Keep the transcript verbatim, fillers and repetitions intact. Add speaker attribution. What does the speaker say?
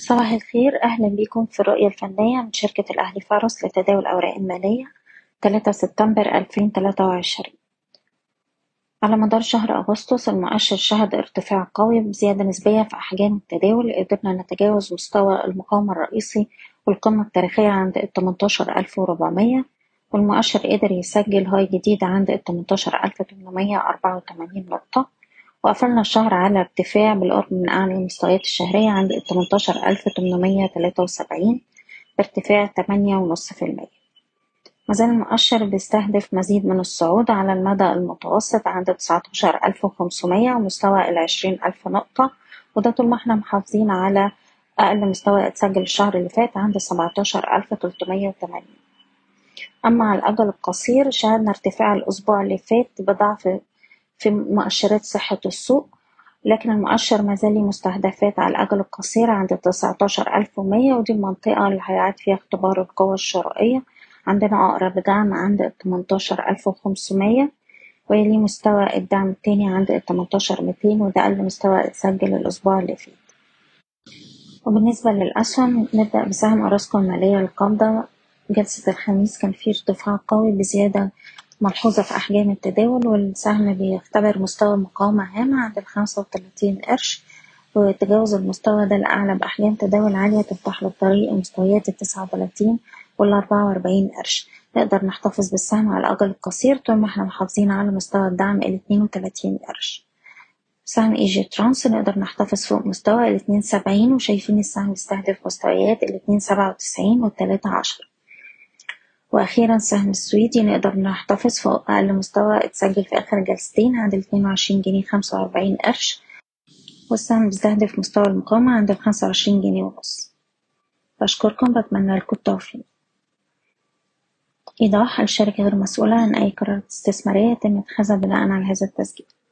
Speaker 1: صباح الخير، أهلا بيكم في الرؤية الفنية من شركة الأهلي فارس لتداول الأوراق المالية ثلاثة سبتمبر ألفين وثلاثة وعشرين. على مدار شهر أغسطس المؤشر شهد ارتفاع قوي بزيادة نسبية في أحجام التداول. قدرنا نتجاوز مستوى المقاومة الرئيسي والقمة التاريخية عند تمنتاشر ألف وأربعمية، والمؤشر قدر يسجل هاي جديد عند تمنتاشر ألف تمنمية أربعة وتمانين نقطة، وقفلنا الشهر على ارتفاع بالقرب من أعلى المستويات الشهرية عند تمنتاشر ألف تمنمية تلاتة وسبعين بارتفاع تمانية ونص في المية. مازال المؤشر بيستهدف مزيد من الصعود على المدى المتوسط عند تسعتاشر ألف وخمسمية ومستوى العشرين ألف نقطة، وده طول ما احنا محافظين على أقل مستوى اتسجل الشهر اللي فات عند سبعتاشر ألف تلتمية وتمانين. أما على الأجل القصير شهدنا ارتفاع الأسبوع اللي فات بضعف في مؤشرات صحة السوق، لكن المؤشر مازال ليه مستهدفات على الأجل القصير عند تسعتاشر ألف ومية، ودي المنطقة اللي هيعاد فيها اختبار القوة الشرائية. عندنا أقرب دعم عند تمنتاشر ألف وخمسمية، ويلي مستوى الدعم التاني عند تمنتاشر ميتين، وده أقل مستوى اتسجل الأسبوع اللي فات. وبالنسبة للأسهم نبدأ بسهم أراسكو المالية القابضة. جلسة الخميس كان فيه ارتفاع قوي بزيادة ملحوظة في أحجام التداول، والسهم بيختبر مستوى مقاومة هامة عند الخمسة وتلاتين قرش، وتجاوز المستوى ده الأعلى بأحجام تداول عالية تفتح له الطريق مستويات التسعة وتلاتين والأربعة وأربعين قرش. نقدر نحتفظ بالسهم على الأجل القصير طول ما احنا محافظين على مستوى الدعم الاتنين وتلاتين قرش. سهم اي جي ترانس نقدر نحتفظ فوق مستوى الاتنين سبعين، وشايفين السهم يستهدف مستويات الاتنين سبعة وتسعين والتلاتة عشر. وأخيرا سهم السويدي نقدر نحتفظ فوق أقل مستوى اتسجل في آخر جلستين عند الاتنين وعشرين جنيه خمسة وأربعين قرش، والسهم بيستهدف مستوى المقاومة عند الخمسة وعشرين جنيه ونص. بشكركم، بتمنى لكم التوفيق. إيضاح: الشركة غير مسؤولة عن أي قرارات استثمارية يتم اتخاذها بناء على هذا التسجيل.